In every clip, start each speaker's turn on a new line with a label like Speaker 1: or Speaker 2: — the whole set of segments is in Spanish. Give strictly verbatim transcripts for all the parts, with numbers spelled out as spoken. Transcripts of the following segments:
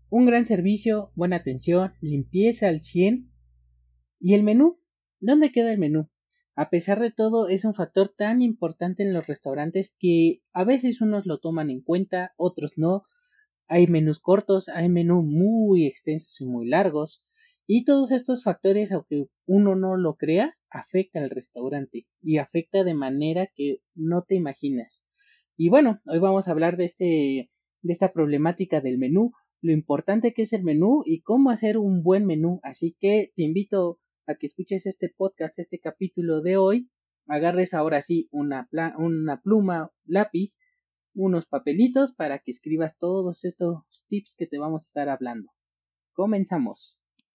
Speaker 1: Un gran servicio, buena atención, limpieza al cien. ¿Y el menú? ¿Dónde queda el menú? A pesar de todo, es un factor tan importante en los restaurantes que a veces unos lo toman en cuenta, otros no. Hay menús cortos, hay menús muy extensos y muy largos. Y todos estos factores, aunque uno no lo crea, afecta al restaurante y afecta de manera que no te imaginas. Y bueno, hoy vamos a hablar de este, de esta problemática del menú, lo importante que es el menú y cómo hacer un buen menú. Así que te invito a que escuches este podcast, este capítulo de hoy. Agarres ahora sí una, pla- una pluma, lápiz, unos papelitos para que escribas todos estos tips que te vamos a estar hablando. Comenzamos.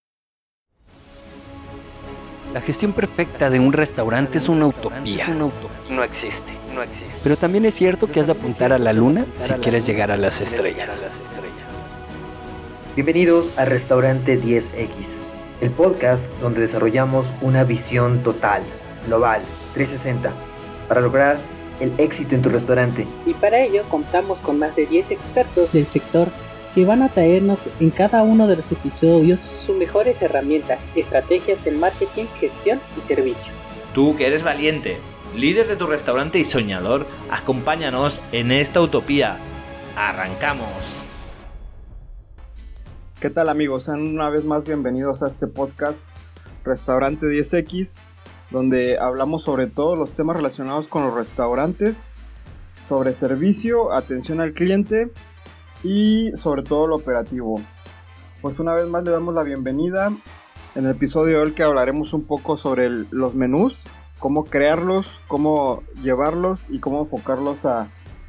Speaker 2: La gestión perfecta de un restaurante es una utopía.
Speaker 3: No existe, no existe.
Speaker 2: Pero también es cierto que has de apuntar a la luna si quieres llegar a las estrellas.
Speaker 4: Bienvenidos a Restaurante diez equis, el podcast donde desarrollamos una visión total, global, trescientos sesenta, para lograr el éxito en tu restaurante.
Speaker 1: Y para ello contamos con más de diez expertos del sector que van a traernos en cada uno de los episodios sus mejores herramientas, estrategias en marketing, gestión y servicio.
Speaker 5: Tú que eres valiente, líder de tu restaurante y soñador, acompáñanos en esta utopía. ¡Arrancamos!
Speaker 6: ¿Qué tal, amigos? Sean una vez más bienvenidos a este podcast Restaurante diez equis, donde hablamos sobre todos los temas relacionados con los restaurantes, sobre servicio, atención al cliente y sobre todo lo operativo. Pues una vez más le damos la bienvenida. En el episodio de hoy que hablaremos un poco sobre el, los menús, cómo crearlos, cómo llevarlos y cómo enfocarlos a,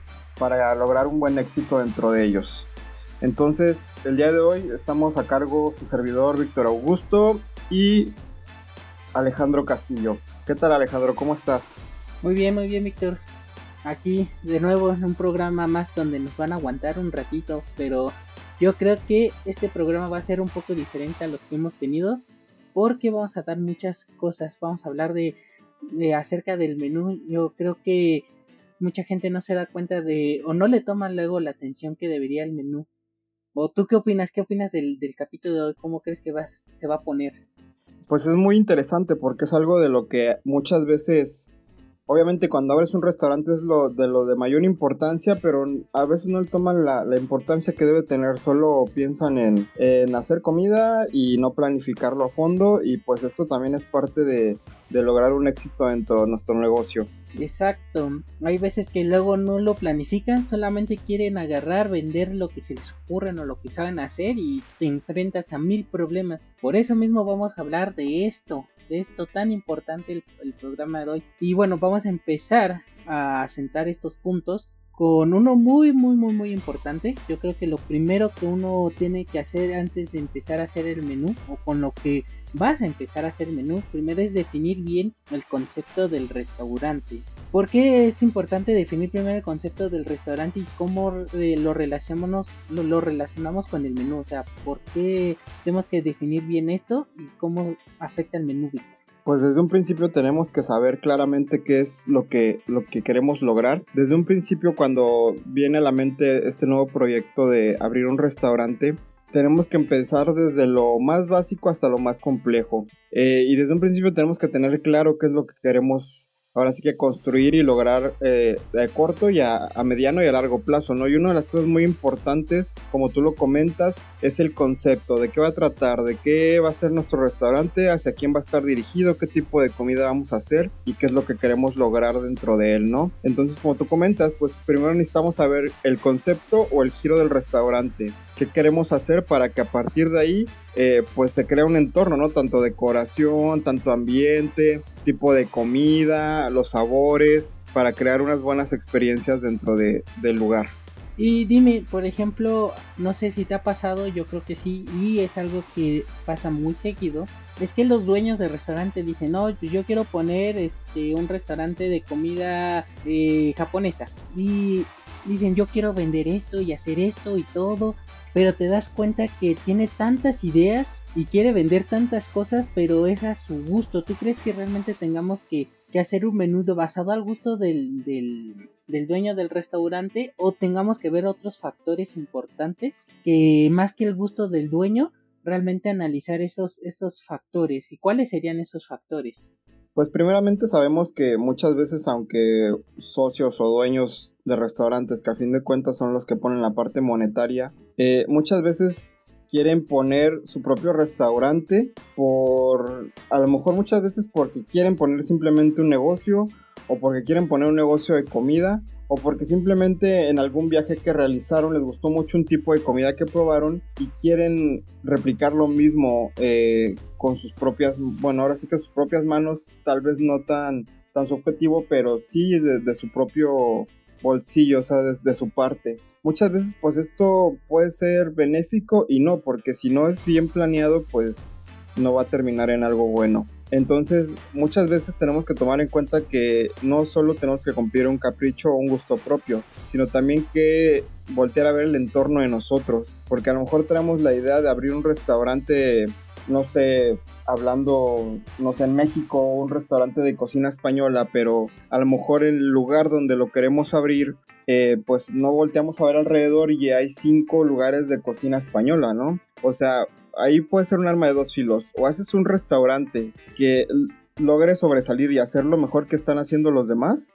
Speaker 6: para lograr un buen éxito dentro de ellos. Entonces, el día de hoy estamos a cargo su servidor Víctor Augusto y Alejandro Castillo. ¿Qué tal, Alejandro? ¿Cómo estás?
Speaker 1: Muy bien, muy bien, Víctor. Aquí de nuevo en un programa más donde nos van a aguantar un ratito, pero yo creo que este programa va a ser un poco diferente a los que hemos tenido porque vamos a dar muchas cosas. Vamos a hablar de, de acerca del menú. Yo creo que mucha gente no se da cuenta de o no le toma luego la atención que debería el menú. ¿O tú qué opinas? ¿Qué opinas del, del capítulo de hoy? ¿Cómo crees que va, se va a poner?
Speaker 6: Pues es muy interesante porque es algo de lo que muchas veces, obviamente cuando abres un restaurante es lo de lo de mayor importancia, pero a veces no le toman la, la importancia que debe tener, solo piensan en, en hacer comida y no planificarlo a fondo, y pues esto también es parte de, de lograr un éxito dentro de nuestro negocio.
Speaker 1: Exacto, hay veces que luego no lo planifican, solamente quieren agarrar, vender lo que se les ocurre o lo que saben hacer y te enfrentas a mil problemas. Por eso mismo vamos a hablar de esto, de esto tan importante el, el programa de hoy. Y bueno, vamos a empezar a sentar estos puntos con uno muy muy muy muy importante. Yo creo que lo primero que uno tiene que hacer antes de empezar a hacer el menú, o con lo que vas a empezar a hacer menú, primero es definir bien el concepto del restaurante. ¿Por qué es importante definir primero el concepto del restaurante y cómo eh, lo, relacionamos, lo, lo relacionamos con el menú? O sea, ¿por qué tenemos que definir bien esto y cómo afecta el menú, Víctor?
Speaker 6: Pues desde un principio tenemos que saber claramente qué es lo que, lo que queremos lograr. Desde un principio, cuando viene a la mente este nuevo proyecto de abrir un restaurante, tenemos que empezar desde lo más básico hasta lo más complejo. Eh, y desde un principio tenemos que tener claro qué es lo que queremos, ahora sí que construir y lograr eh, a corto y a, a mediano y a largo plazo, ¿no? Y una de las cosas muy importantes, como tú lo comentas, es el concepto, de qué va a tratar, de qué va a ser nuestro restaurante, hacia quién va a estar dirigido, qué tipo de comida vamos a hacer y qué es lo que queremos lograr dentro de él, ¿no? Entonces, como tú comentas, pues primero necesitamos saber el concepto o el giro del restaurante, qué queremos hacer para que a partir de ahí eh, pues se crea un entorno, ¿no? Tanto decoración, tanto ambiente, tipo de comida, los sabores, para crear unas buenas experiencias dentro de, del lugar.
Speaker 1: Y dime, por ejemplo, no sé si te ha pasado, yo creo que sí, y es algo que pasa muy seguido, es que los dueños de restaurante dicen, no, pues yo quiero poner este un restaurante de comida eh, japonesa, y dicen, yo quiero vender esto y hacer esto y todo, pero te das cuenta que tiene tantas ideas y quiere vender tantas cosas, pero es a su gusto. ¿Tú crees que realmente tengamos que que hacer un menú basado al gusto del, del, del dueño del restaurante, o tengamos que ver otros factores importantes que más que el gusto del dueño, realmente analizar esos, esos factores. ¿Y cuáles serían esos factores?
Speaker 6: Pues primeramente sabemos que muchas veces, aunque socios o dueños de restaurantes, que a fin de cuentas son los que ponen la parte monetaria, eh, muchas veces quieren poner su propio restaurante por, a lo mejor muchas veces porque quieren poner simplemente un negocio, o porque quieren poner un negocio de comida, o porque simplemente en algún viaje que realizaron les gustó mucho un tipo de comida que probaron y quieren replicar lo mismo eh, con sus propias, bueno, ahora sí que sus propias manos, tal vez no tan, tan subjetivo, pero sí de, de su propio bolsillo, o sea, de, de su parte. Muchas veces pues esto puede ser benéfico y no, porque si no es bien planeado pues no va a terminar en algo bueno. Entonces muchas veces tenemos que tomar en cuenta que no solo tenemos que cumplir un capricho o un gusto propio, sino también que voltear a ver el entorno de nosotros, porque a lo mejor tenemos la idea de abrir un restaurante, no sé, hablando, no sé, en México, un restaurante de cocina española, pero a lo mejor el lugar donde lo queremos abrir, eh, pues no volteamos a ver alrededor y hay cinco lugares de cocina española, ¿no? O sea, ahí puede ser un arma de dos filos. O haces un restaurante que logre sobresalir y hacer lo mejor que están haciendo los demás,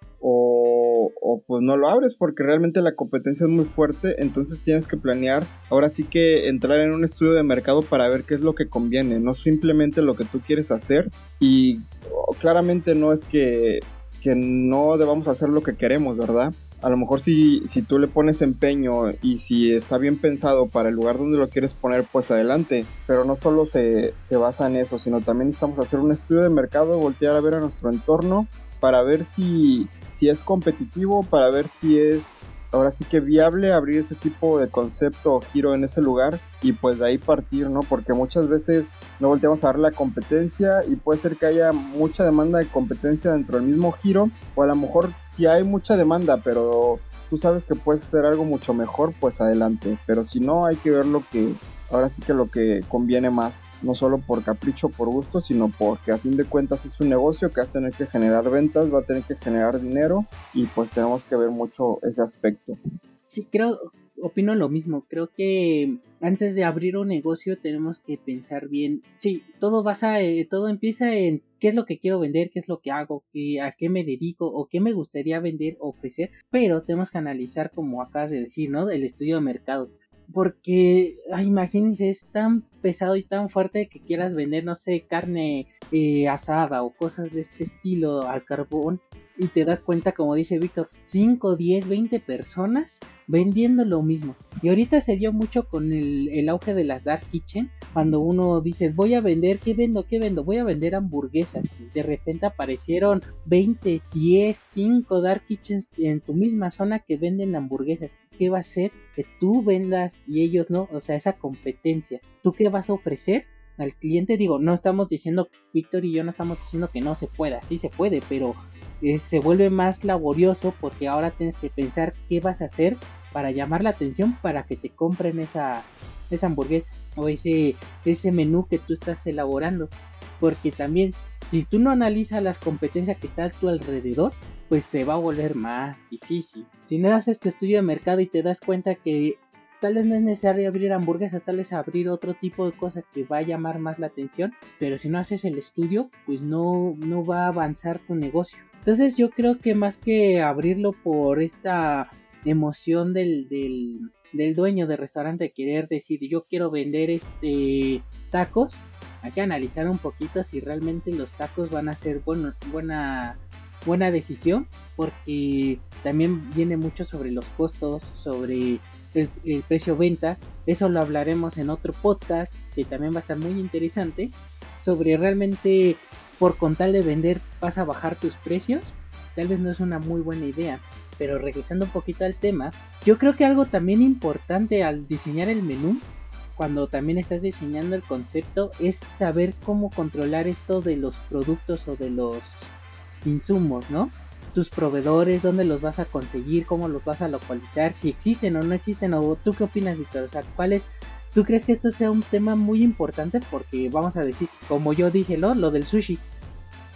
Speaker 6: o, o pues no lo abres, porque realmente la competencia es muy fuerte. Entonces tienes que planear, ahora sí que entrar en un estudio de mercado para ver qué es lo que conviene, no simplemente lo que tú quieres hacer. Y oh, claramente no es que, que no debamos hacer lo que queremos, ¿verdad? A lo mejor si, si tú le pones empeño y si está bien pensado para el lugar donde lo quieres poner, pues adelante. Pero no solo se, se basa en eso, sino también necesitamos hacer un estudio de mercado, voltear a ver a nuestro entorno para ver si, si es competitivo, para ver si es ahora sí que viable abrir ese tipo de concepto o giro en ese lugar, y pues de ahí partir, ¿no? Porque muchas veces no volteamos a ver la competencia y puede ser que haya mucha demanda de competencia dentro del mismo giro, o a lo mejor si hay mucha demanda pero tú sabes que puedes hacer algo mucho mejor, pues adelante. Pero si no, hay que ver lo que, ahora sí que lo que conviene más, no solo por capricho, por gusto, sino porque a fin de cuentas es un negocio que va a tener que generar ventas, va a tener que generar dinero, y pues tenemos que ver mucho ese aspecto.
Speaker 1: Sí, creo, opino lo mismo. Creo que antes de abrir un negocio tenemos que pensar bien. Sí, todo basa, eh, todo empieza en qué es lo que quiero vender, qué es lo que hago, qué, a qué me dedico o qué me gustaría vender o ofrecer, pero tenemos que analizar, como acabas de decir, ¿no? El estudio de mercado. Porque, ay, imagínense, es tan pesado y tan fuerte que quieras vender, no sé, carne eh, asada o cosas de este estilo al carbón, y te das cuenta, como dice Víctor, cinco, diez, veinte personas vendiendo lo mismo. Y ahorita se dio mucho con el, el auge de las Dark Kitchen, cuando uno dice, voy a vender, ¿qué vendo? ¿Qué vendo? Voy a vender hamburguesas. Y de repente aparecieron veinte, diez, cinco Dark Kitchens en tu misma zona que venden hamburguesas. ¿Qué va a hacer? Que tú vendas y ellos no, o sea, esa competencia. ¿Tú qué vas a ofrecer al cliente? Digo, no estamos diciendo, Víctor y yo no estamos diciendo que no se pueda, sí se puede, pero eh, se vuelve más laborioso, porque ahora tienes que pensar qué vas a hacer para llamar la atención, para que te compren esa, esa hamburguesa o ese, ese menú que tú estás elaborando. Porque también, si tú no analizas las competencias que está a tu alrededor, pues se va a volver más difícil. Si no haces tu estudio de mercado y te das cuenta que tal vez no es necesario abrir hamburguesas, tal vez abrir otro tipo de cosas que va a llamar más la atención, pero si no haces el estudio, pues no, no va a avanzar tu negocio. Entonces yo creo que más que abrirlo por esta emoción del, del, del dueño del restaurante de querer decir, yo quiero vender este tacos, hay que analizar un poquito si realmente los tacos van a ser bueno, buena... buena decisión, porque también viene mucho sobre los costos, sobre el, el precio venta. Eso lo hablaremos en otro podcast que también va a estar muy interesante, sobre realmente por con tal de vender vas a bajar tus precios. Tal vez no es una muy buena idea. Pero regresando un poquito al tema, yo creo que algo también importante al diseñar el menú, cuando también estás diseñando el concepto, es saber cómo controlar esto de los productos o de los insumos, ¿no? Tus proveedores, dónde los vas a conseguir, cómo los vas a localizar, si existen o no existen. O ¿tú qué opinas, Víctor? O sea, ¿cuál es? ¿Tú crees que esto sea un tema muy importante? Porque vamos a decir, como yo dije, ¿no? Lo del sushi.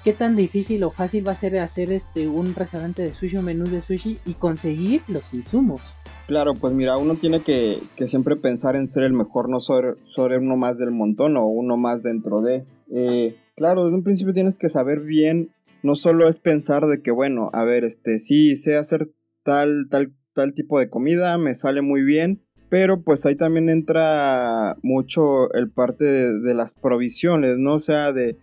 Speaker 1: qué tan difícil o fácil va a ser hacer este un restaurante de sushi, un menú de sushi y conseguir los insumos.
Speaker 6: Claro, pues mira, uno tiene que, que siempre pensar en ser el mejor, no sobre, sobre uno más del montón o uno más dentro de. Eh, claro, desde un principio tienes que saber bien, no solo es pensar de que, bueno, a ver, este, sí, sé hacer tal, tal, tal tipo de comida, me sale muy bien, pero pues ahí también entra mucho el parte de, de las provisiones, ¿no? O sea, de...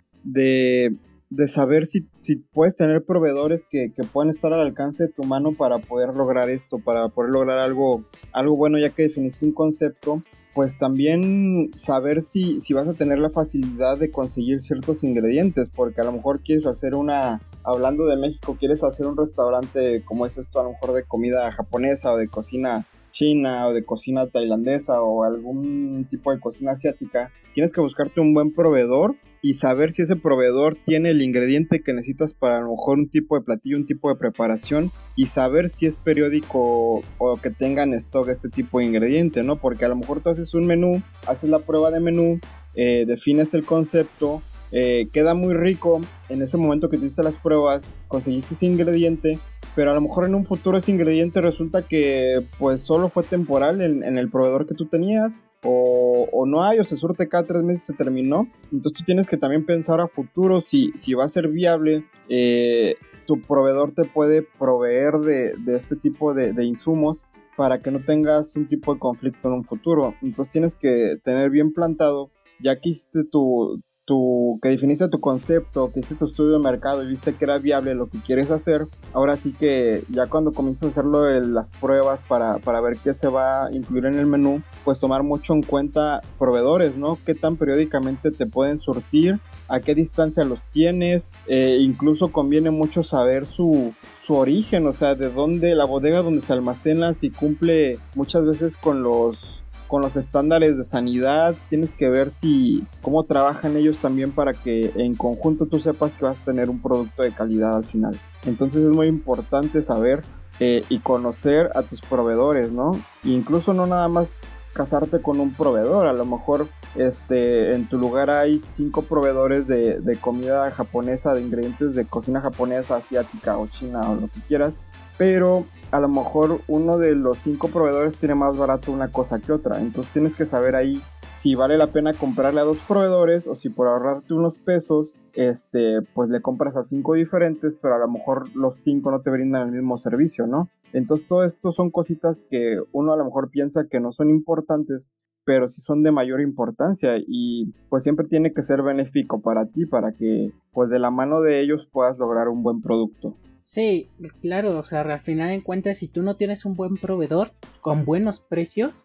Speaker 6: de de saber si, si puedes tener proveedores que, que puedan estar al alcance de tu mano para poder lograr esto, para poder lograr algo, algo bueno, ya que definiste un concepto, pues también saber si, si vas a tener la facilidad de conseguir ciertos ingredientes, porque a lo mejor quieres hacer una, hablando de México, quieres hacer un restaurante como es esto, a lo mejor de comida japonesa o de cocina china o de cocina tailandesa o algún tipo de cocina asiática, tienes que buscarte un buen proveedor y saber si ese proveedor tiene el ingrediente que necesitas para a lo mejor un tipo de platillo, un tipo de preparación, y saber si es periódico o que tengan stock este tipo de ingrediente, ¿no? Porque a lo mejor tú haces un menú, haces la prueba de menú, eh, defines el concepto, eh, queda muy rico, en ese momento que tú hiciste las pruebas, conseguiste ese ingrediente, pero a lo mejor en un futuro ese ingrediente resulta que pues solo fue temporal en, en el proveedor que tú tenías, o, o no hay, o se surte cada tres meses y se terminó. Entonces tú tienes que también pensar a futuro si, si va a ser viable, eh, tu proveedor te puede proveer de, de este tipo de, de insumos para que no tengas un tipo de conflicto en un futuro. Entonces tienes que tener bien plantado, ya que hiciste tu... Tu, que definiste tu concepto, que hiciste tu estudio de mercado y viste que era viable lo que quieres hacer, ahora sí que ya cuando comienzas a hacerlo de las pruebas para, para ver qué se va a incluir en el menú, pues tomar mucho en cuenta proveedores, ¿no? Qué tan periódicamente te pueden surtir, a qué distancia los tienes, eh, incluso conviene mucho saber su, su origen, o sea, de dónde, la bodega donde se almacena, si cumple muchas veces con los con los estándares de sanidad, tienes que ver si cómo trabajan ellos también para que en conjunto tú sepas que vas a tener un producto de calidad al final. Entonces es muy importante saber eh, y conocer a tus proveedores, ¿no? E incluso no nada más casarte con un proveedor, a lo mejor este, en tu lugar hay cinco proveedores de, de comida japonesa, de ingredientes de cocina japonesa, asiática o china o lo que quieras, pero a lo mejor uno de los cinco proveedores tiene más barato una cosa que otra, entonces tienes que saber ahí si vale la pena comprarle a dos proveedores o si por ahorrarte unos pesos este, pues le compras a cinco diferentes, pero a lo mejor los cinco no te brindan el mismo servicio, ¿no? Entonces todo esto son cositas que uno a lo mejor piensa que no son importantes, pero sí son de mayor importancia y pues siempre tiene que ser benéfico para ti, para que pues de la mano de ellos puedas lograr un buen producto.
Speaker 1: Sí, claro, o sea, al final en cuentas, si tú no tienes un buen proveedor con buenos precios,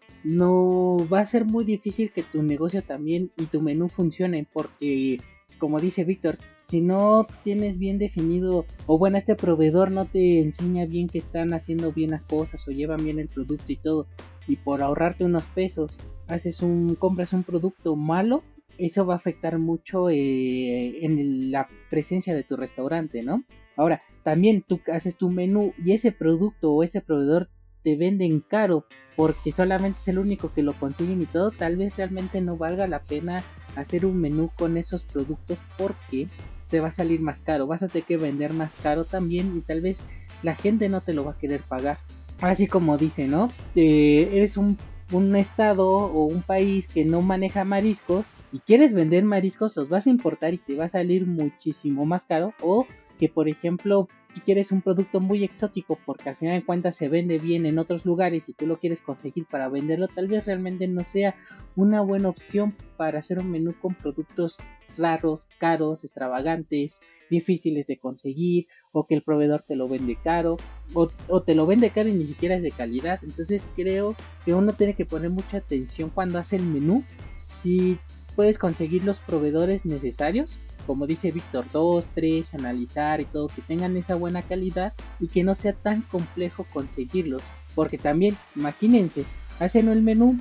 Speaker 1: no va a ser muy difícil que tu negocio también y tu menú funcionen, porque como dice Víctor, si no tienes bien definido, o bueno, este proveedor no te enseña bien que están haciendo bien las cosas o llevan bien el producto y todo, y por ahorrarte unos pesos haces un compras un producto malo, eso va a afectar mucho eh, en la presencia de tu restaurante, ¿no? Ahora, también tú haces tu menú y ese producto o ese proveedor te venden caro porque solamente es el único que lo consiguen y todo, tal vez realmente no valga la pena hacer un menú con esos productos porque te va a salir más caro, vas a tener que vender más caro también y tal vez la gente no te lo va a querer pagar. Así como dice, ¿no? Eh, eres un, un estado o un país que no maneja mariscos y quieres vender mariscos, los vas a importar y te va a salir muchísimo más caro, o que por ejemplo si quieres un producto muy exótico porque al final de cuentas se vende bien en otros lugares y tú lo quieres conseguir para venderlo, tal vez realmente no sea una buena opción para hacer un menú con productos raros, caros, extravagantes, difíciles de conseguir, o que el proveedor te lo vende caro o, o te lo vende caro y ni siquiera es de calidad. Entonces creo que uno tiene que poner mucha atención cuando hace el menú, si puedes conseguir los proveedores necesarios, como dice Víctor, dos, tres, analizar y todo, que tengan esa buena calidad y que no sea tan complejo conseguirlos, porque también, imagínense, hacen el menú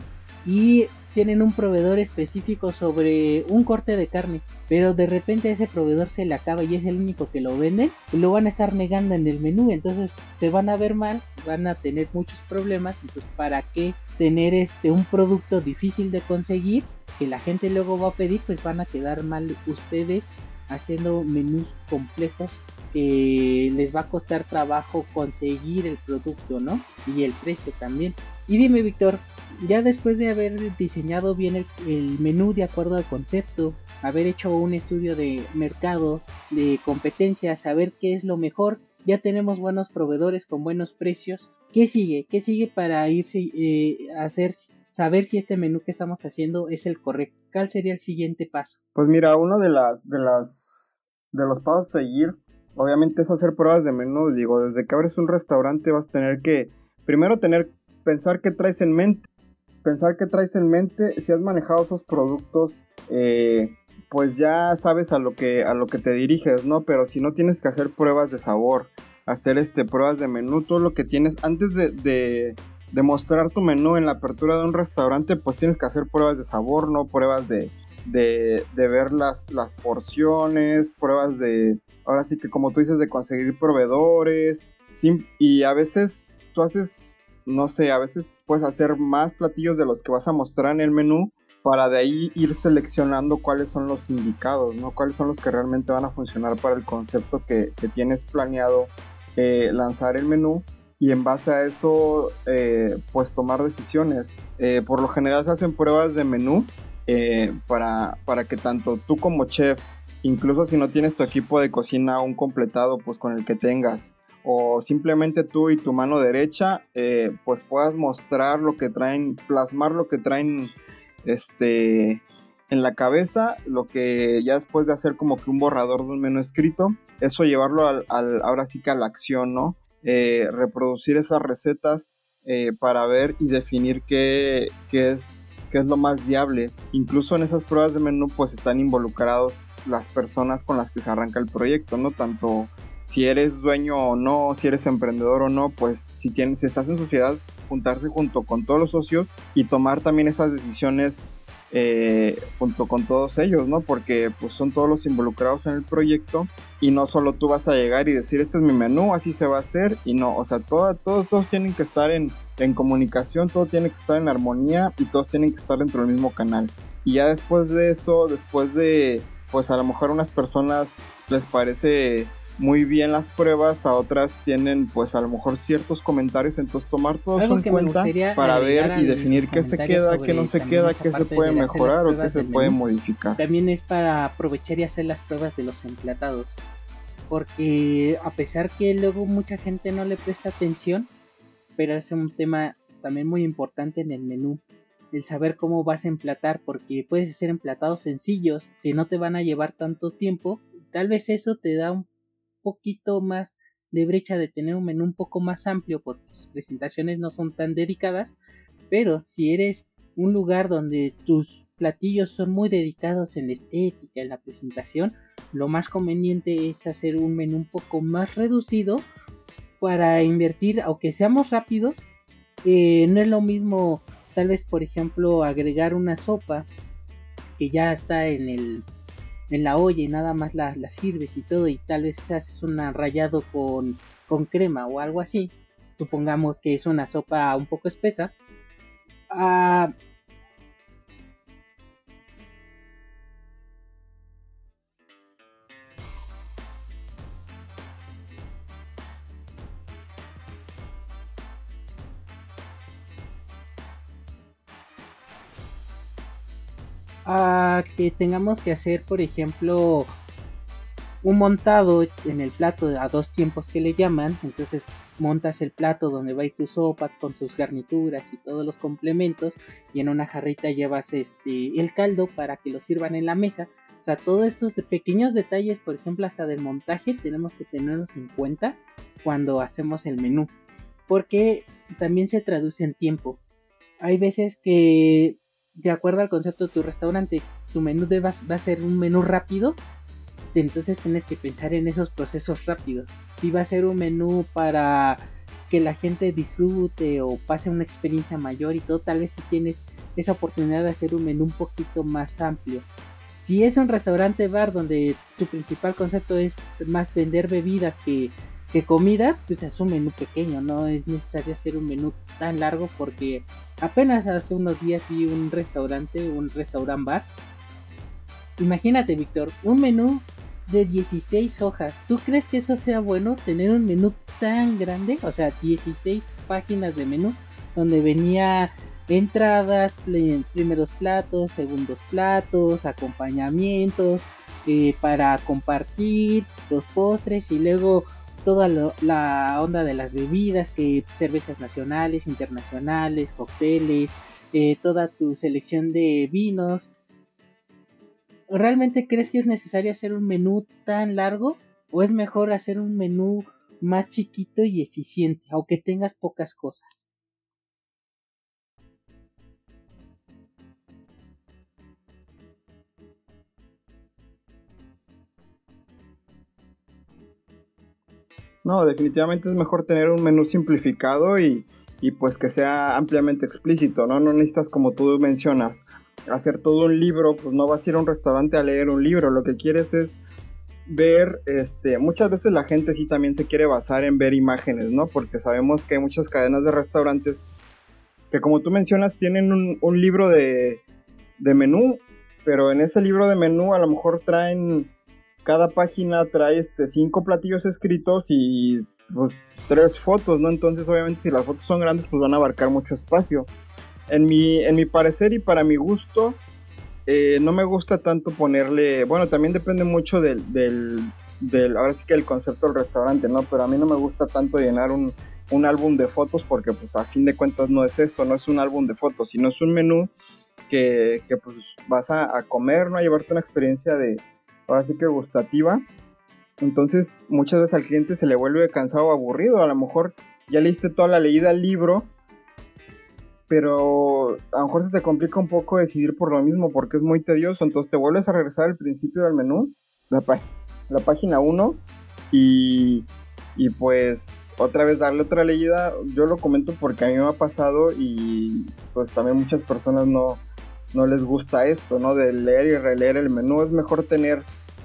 Speaker 1: y tienen un proveedor específico sobre un corte de carne, pero de repente ese proveedor se le acaba y es el único que lo vende, y lo van a estar negando en el menú, entonces se van a ver mal, van a tener muchos problemas. Entonces, ¿para qué tener este un producto difícil de conseguir que la gente luego va a pedir? Pues van a quedar mal ustedes haciendo menús complejos que les va a costar trabajo conseguir el producto, ¿no? Y el precio también. Y dime, Víctor, ya después de haber diseñado bien el, el menú de acuerdo al concepto, haber hecho un estudio de mercado, de competencia, saber qué es lo mejor, ya tenemos buenos proveedores con buenos precios. ¿Qué sigue? ¿Qué sigue para irse eh, a hacer, saber si este menú que estamos haciendo es el correcto? ¿Cuál sería el siguiente paso?
Speaker 6: Pues mira, uno de las de las de los pasos a seguir, obviamente, es hacer pruebas de menú. Digo, desde que abres un restaurante vas a tener que primero tener pensar qué traes en mente, pensar qué traes en mente. Si has manejado esos productos, eh, pues ya sabes a lo que a lo que te diriges, ¿no? Pero si no, tienes que hacer pruebas de sabor, hacer este pruebas de menú, todo lo que tienes antes de, de, de mostrar tu menú en la apertura de un restaurante, pues tienes que hacer pruebas de sabor, ¿no? Pruebas de, de, de ver las, las porciones, pruebas de, ahora sí que como tú dices, de conseguir proveedores, sí, y a veces tú haces, no sé, a veces puedes hacer más platillos de los que vas a mostrar en el menú, para de ahí ir seleccionando cuáles son los indicados, ¿no? Cuáles son los que realmente van a funcionar para el concepto que, que tienes planeado eh, lanzar el menú, y en base a eso eh, pues tomar decisiones. Eh, por lo general se hacen pruebas de menú eh, para, para que tanto tú como chef, incluso si no tienes tu equipo de cocina aún completado, pues con el que tengas, o simplemente tú y tu mano derecha, eh, pues puedas mostrar lo que traen, plasmar lo que traen este, en la cabeza, lo que ya después de hacer como que un borrador de un menú escrito, eso llevarlo al, al, ahora sí que a la acción, ¿no? Eh, reproducir esas recetas eh, para ver y definir qué, qué, es, qué es lo más viable. Incluso en esas pruebas de menú pues están involucrados las personas con las que se arranca el proyecto, ¿no? Tanto si eres dueño o no, si eres emprendedor o no, pues si, tienes, si estás en sociedad, juntarse junto con todos los socios y tomar también esas decisiones eh, junto con todos ellos, ¿no? Porque pues son todos los involucrados en el proyecto, y no solo tú vas a llegar y decir este es mi menú, así se va a hacer, y no, o sea, todo, todos, todos tienen que estar en, en comunicación, todo tiene que estar en armonía y todos tienen que estar dentro del mismo canal. Y ya después de eso, después de, pues a lo mejor a unas personas les parece muy bien las pruebas, a otras tienen pues a lo mejor ciertos comentarios, entonces tomar todo eso en cuenta para ver y definir qué se queda, qué no se queda, qué se puede mejorar o qué se puede modificar.
Speaker 1: También es para aprovechar y hacer las pruebas de los emplatados, porque a pesar que luego mucha gente no le presta atención, pero es un tema también muy importante en el menú, el saber cómo vas a emplatar, porque puedes hacer emplatados sencillos que no te van a llevar tanto tiempo. Tal vez eso te da un poquito más de brecha de tener un menú un poco más amplio, porque tus presentaciones no son tan dedicadas. Pero si eres un lugar donde tus platillos son muy dedicados en la estética, en la presentación, lo más conveniente es hacer un menú un poco más reducido para invertir, aunque seamos rápidos. Eh, no es lo mismo tal vez, por ejemplo, agregar una sopa que ya está en el en la olla y nada más la, la sirves y todo, y tal vez haces un rallado con, con crema o algo así. Supongamos que es una sopa un poco espesa. Ah, a que tengamos que hacer, por ejemplo, un montado en el plato a dos tiempos que le llaman. Entonces montas el plato donde va a ir tu sopa con sus garnituras y todos los complementos, y en una jarrita llevas este el caldo para que lo sirvan en la mesa. O sea, todos estos de pequeños detalles, por ejemplo, hasta del montaje, tenemos que tenerlos en cuenta cuando hacemos el menú, porque también se traduce en tiempo. Hay veces que, de acuerdo al concepto de tu restaurante, tu menú deba, va a ser un menú rápido, entonces tienes que pensar en esos procesos rápidos. Si va a ser un menú para que la gente disfrute o pase una experiencia mayor y todo, tal vez si tienes esa oportunidad de hacer un menú un poquito más amplio. Si es un restaurante bar donde tu principal concepto es más vender bebidas que, que comida, pues es un menú pequeño, no es necesario hacer un menú tan largo, porque apenas hace unos días vi un restaurante, un restaurant bar. Imagínate, Víctor, un menú de dieciséis hojas. ¿Tú crees que eso sea bueno, tener un menú tan grande? O sea, dieciséis páginas de menú donde venía entradas, primeros platos, segundos platos, acompañamientos, eh, para compartir, los postres y luego toda lo, la onda de las bebidas, que cervezas nacionales, internacionales, cócteles, eh, toda tu selección de vinos. ¿Realmente crees que es necesario hacer un menú tan largo? ¿O es mejor hacer un menú más chiquito y eficiente, aunque tengas pocas cosas?
Speaker 6: No, definitivamente es mejor tener un menú simplificado y, y pues que sea ampliamente explícito, ¿no? No necesitas, como tú mencionas, hacer todo un libro, pues no vas a ir a un restaurante a leer un libro, lo que quieres es ver, este, muchas veces la gente sí también se quiere basar en ver imágenes, ¿no? Porque sabemos que hay muchas cadenas de restaurantes que, como tú mencionas, tienen un, un libro de, de menú, pero en ese libro de menú a lo mejor traen... Cada página trae este, cinco platillos escritos y pues, tres fotos, ¿no? Entonces, obviamente, si las fotos son grandes, pues van a abarcar mucho espacio. En mi, en mi parecer y para mi gusto, eh, no me gusta tanto ponerle... Bueno, también depende mucho del, del, del... Ahora sí que el concepto del restaurante, ¿no? Pero a mí no me gusta tanto llenar un, un álbum de fotos porque, pues, a fin de cuentas no es eso, no es un álbum de fotos, sino es un menú que, que pues, vas a, a comer, ¿no? A llevarte una experiencia de... ahora sí que gustativa. Entonces muchas veces al cliente se le vuelve cansado o aburrido. A lo mejor ya leíste toda la leída al libro, pero a lo mejor se te complica un poco decidir por lo mismo porque es muy tedioso. Entonces te vuelves a regresar al principio del menú, la, pá- la página uno, y, y pues otra vez darle otra leída. Yo lo comento porque a mí me ha pasado y pues también muchas personas no no les gusta esto, ¿no? De leer y releer el menú. Es mejor tener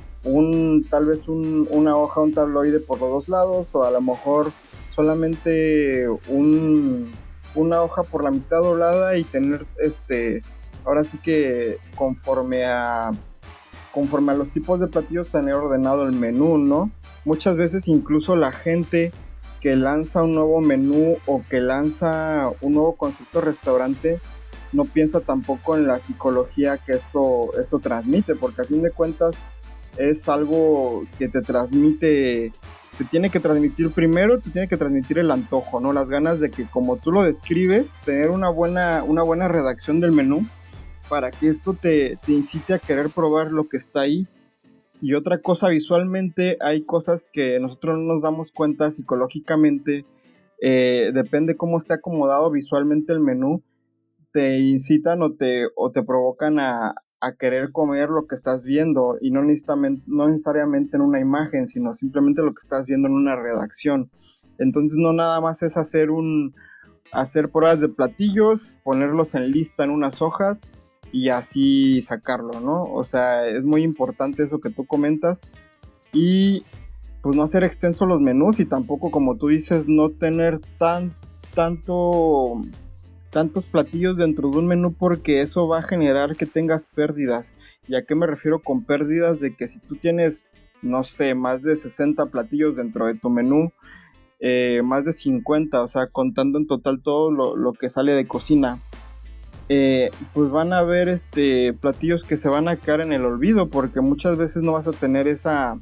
Speaker 6: un, tal vez un, una hoja, un tabloide por los dos lados, o a lo mejor solamente un, una hoja por la mitad doblada y tener, este, ahora sí que conforme a, conforme a los tipos de platillos, tener ordenado el menú, ¿no? Muchas veces incluso la gente que lanza un nuevo menú o que lanza un nuevo concepto de restaurante no piensa tampoco en la psicología que esto, esto transmite, porque a fin de cuentas es algo que te transmite, te tiene que transmitir primero, te tiene que transmitir el antojo, ¿no? Las ganas de que, como tú lo describes, tener una buena, una buena redacción del menú para que esto te, te incite a querer probar lo que está ahí. Y otra cosa, visualmente hay cosas que nosotros no nos damos cuenta psicológicamente, eh, depende cómo esté acomodado visualmente el menú, te incitan o te, o te provocan a, a querer comer lo que estás viendo, y no necesariamente, no necesariamente en una imagen, sino simplemente lo que estás viendo en una redacción. Entonces no nada más es hacer un hacer pruebas de platillos, ponerlos en lista en unas hojas y así sacarlo, ¿no? O sea, es muy importante eso que tú comentas, y pues no hacer extensos los menús, y tampoco, como tú dices, no tener tan tanto tantos platillos dentro de un menú, porque eso va a generar que tengas pérdidas. ¿Y a qué me refiero con pérdidas? De que si tú tienes, no sé, más de sesenta platillos dentro de tu menú, eh, más de cincuenta, o sea, contando en total todo lo, lo que sale de cocina, eh, pues van a haber este, platillos que se van a quedar en el olvido, porque muchas veces no vas a tener esa...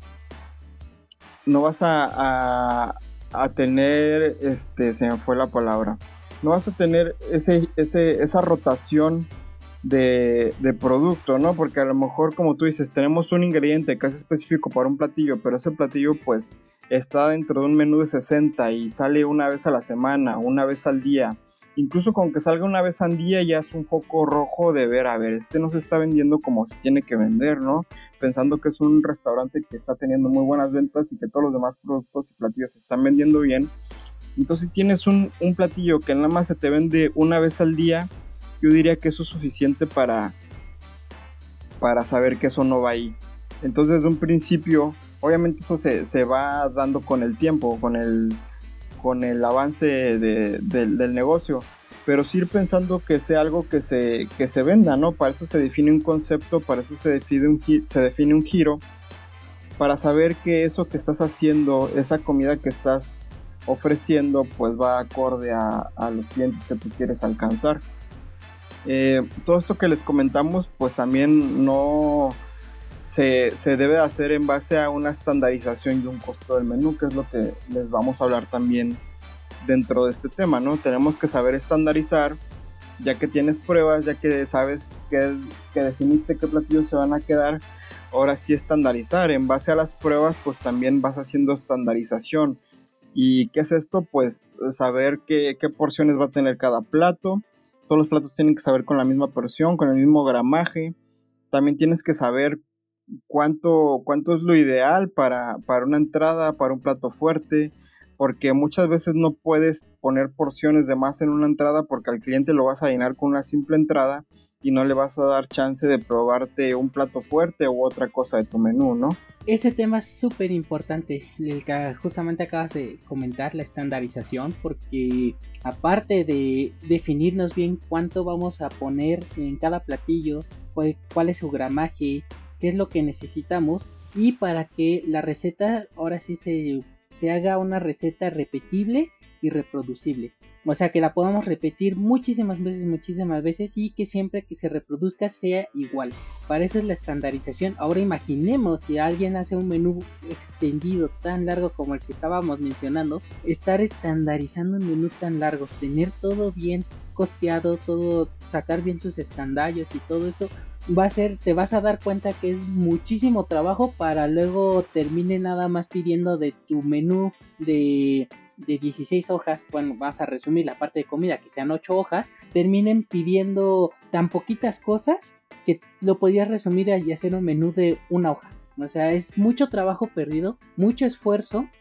Speaker 6: no vas a, a, a tener, este, se me fue la palabra, no vas a tener ese, ese, esa rotación de, de producto, ¿no? Porque a lo mejor, como tú dices, tenemos un ingrediente que es específico para un platillo, pero ese platillo pues está dentro de un menú de sesenta y sale una vez a la semana, una vez al día. Incluso con que salga una vez al día ya es un foco rojo de ver, a ver, este no se está vendiendo como se tiene que vender, ¿no? Pensando que es un restaurante que está teniendo muy buenas ventas y que todos los demás productos y platillos se están vendiendo bien. Entonces, si tienes un, un platillo que nada más se te vende una vez al día, yo diría que eso es suficiente para, para saber que eso no va ahí. Entonces, desde un principio, obviamente eso se, se va dando con el tiempo, con el, con el avance de, de, del negocio, pero sí ir pensando que sea algo que se, que se venda, ¿no? Para eso se define un concepto, para eso se define un, se define un giro, para saber que eso que estás haciendo, esa comida que estás ofreciendo, pues va acorde a, a los clientes que tú quieres alcanzar. Eh, todo esto que les comentamos, pues también no se, se debe hacer en base a una estandarización y un costo del menú, que es lo que les vamos a hablar también dentro de este tema, ¿no? Tenemos que saber estandarizar, ya que tienes pruebas, ya que sabes que, que definiste qué platillos se van a quedar. Ahora sí estandarizar, en base a las pruebas pues también vas haciendo estandarización. ¿Y qué es esto? Pues saber qué, qué porciones va a tener cada plato. Todos los platos tienen que saber con la misma porción, con el mismo gramaje. También tienes que saber cuánto, cuánto es lo ideal para, para una entrada, para un plato fuerte, porque muchas veces no puedes poner porciones de más en una entrada porque al cliente lo vas a llenar con una simple entrada y no le vas a dar chance de probarte un plato fuerte u otra cosa de tu menú, ¿no?
Speaker 1: Ese tema es súper importante, el que justamente acabas de comentar, la estandarización, porque aparte de definirnos bien cuánto vamos a poner en cada platillo, cuál, cuál es su gramaje, qué es lo que necesitamos, y para que la receta ahora sí se, se haga una receta repetible y reproducible. O sea, que la podamos repetir muchísimas veces, muchísimas veces y que siempre que se reproduzca sea igual. Para eso es la estandarización. Ahora imaginemos si alguien hace un menú extendido tan largo como el que estábamos mencionando, estar estandarizando un menú tan largo, tener todo bien costeado, todo, sacar bien sus escandallos y todo esto, va a ser, te vas a dar cuenta que es muchísimo trabajo para luego termine nada más pidiendo de tu menú de... de dieciséis hojas, bueno, vas a resumir la parte de comida, que sean ocho hojas, terminen pidiendo tan poquitas cosas que lo podías resumir y hacer un menú de una hoja. O sea, es mucho trabajo perdido, mucho esfuerzo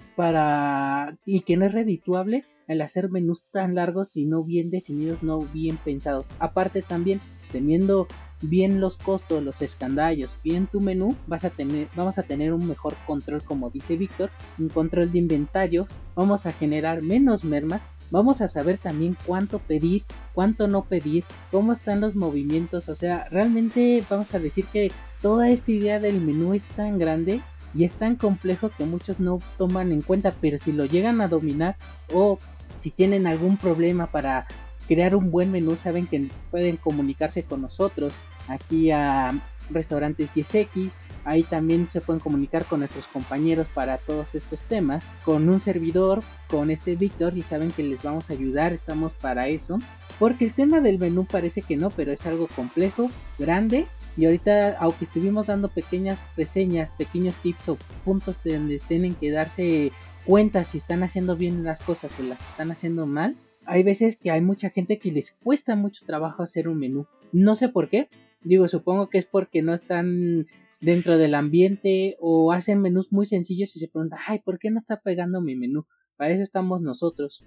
Speaker 1: para y que no es redituable el hacer menús tan largos y no bien definidos, no bien pensados. Aparte también, teniendo bien los costos, los escandallos, bien tu menú, vas a tener, vamos a tener un mejor control, como dice Víctor, un control de inventario, vamos a generar menos mermas, vamos a saber también cuánto pedir, cuánto no pedir, cómo están los movimientos. O sea, realmente vamos a decir que toda esta idea del menú es tan grande y es tan complejo que muchos no toman en cuenta, pero si lo llegan a dominar o si tienen algún problema para crear un buen menú, saben que pueden comunicarse con nosotros aquí a Restaurantes diez equis. Ahí también se pueden comunicar con nuestros compañeros para todos estos temas, con un servidor, con este Víctor, y saben que les vamos a ayudar, estamos para eso, porque el tema del menú parece que no, pero es algo complejo, grande, y ahorita, aunque estuvimos dando pequeñas reseñas, pequeños tips o puntos de donde tienen que darse cuenta si están haciendo bien las cosas o las están haciendo mal, hay veces que hay mucha gente que les cuesta mucho trabajo hacer un menú. No sé por qué. Digo, supongo que es porque no están dentro del ambiente o hacen menús muy sencillos y se preguntan, ay, ¿por qué no está pegando mi menú? Para eso estamos nosotros.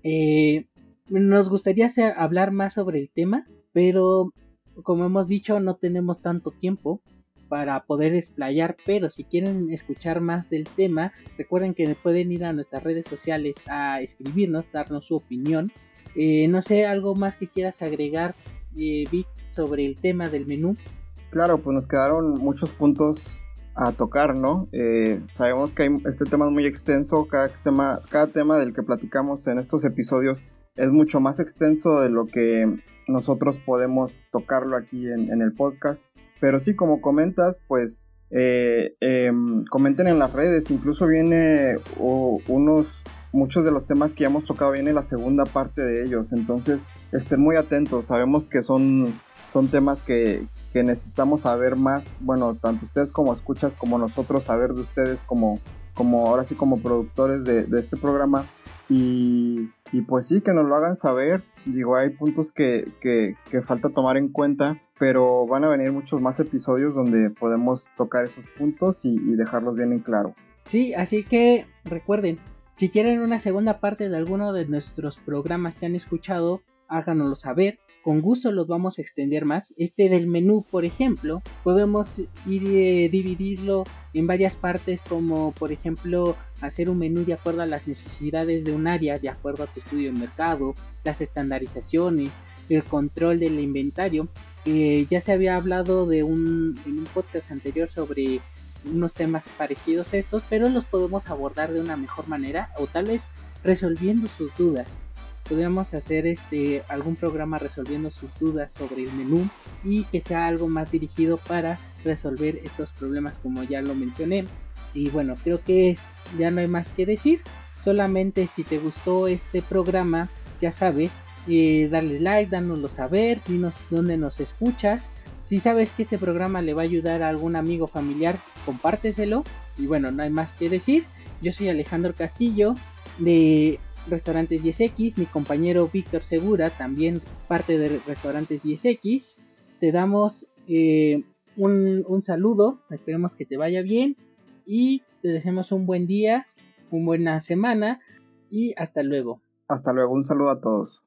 Speaker 1: Eh, nos gustaría hacer, hablar más sobre el tema, pero como hemos dicho, no tenemos tanto tiempo para poder desplayar, pero si quieren escuchar más del tema, recuerden que pueden ir a nuestras redes sociales a escribirnos, darnos su opinión. Eh, no sé, algo más que quieras agregar, eh, Vic, sobre el tema del menú.
Speaker 6: Claro, pues nos quedaron muchos puntos a tocar, ¿no? Eh, sabemos que hay, este tema es muy extenso, cada tema, cada tema del que platicamos en estos episodios es mucho más extenso de lo que nosotros podemos tocarlo aquí en, en el podcast. Pero sí, como comentas, pues eh, eh, comenten en las redes, incluso viene uh, unos, muchos de los temas que ya hemos tocado, viene la segunda parte de ellos, entonces estén muy atentos, sabemos que son, son temas que, que necesitamos saber más, bueno, tanto ustedes como escuchas como nosotros, saber de ustedes como, como ahora sí como productores de, de este programa. Y, y pues sí, que nos lo hagan saber. Digo, hay puntos que, que, que falta tomar en cuenta, pero van a venir muchos más episodios donde podemos tocar esos puntos y, y dejarlos bien en claro.
Speaker 1: Sí, así que recuerden, si quieren una segunda parte de alguno de nuestros programas que han escuchado, háganoslo saber. Con gusto los vamos a extender más. Este del menú, por ejemplo, podemos ir eh, dividirlo en varias partes, como por ejemplo hacer un menú de acuerdo a las necesidades de un área, de acuerdo a tu estudio de mercado, las estandarizaciones, el control del inventario. Eh, ya se había hablado de un, en un podcast anterior sobre unos temas parecidos a estos, pero los podemos abordar de una mejor manera o tal vez resolviendo sus dudas. Podríamos hacer este algún programa resolviendo sus dudas sobre el menú y que sea algo más dirigido para resolver estos problemas como ya lo mencioné. Y bueno, creo que es, ya no hay más que decir. Solamente si te gustó este programa, ya sabes, eh, darle like, dánoslo saber, dinos dónde nos escuchas. Si sabes que este programa le va a ayudar a algún amigo familiar, compárteselo. Y bueno, no hay más que decir. Yo soy Alejandro Castillo de Restaurantes diez equis, mi compañero Víctor Segura, también parte de Restaurantes diez equis. Te damos eh, un, un saludo, esperemos que te vaya bien y te deseamos un buen día, una buena semana y hasta luego.
Speaker 6: Hasta luego, un saludo a todos.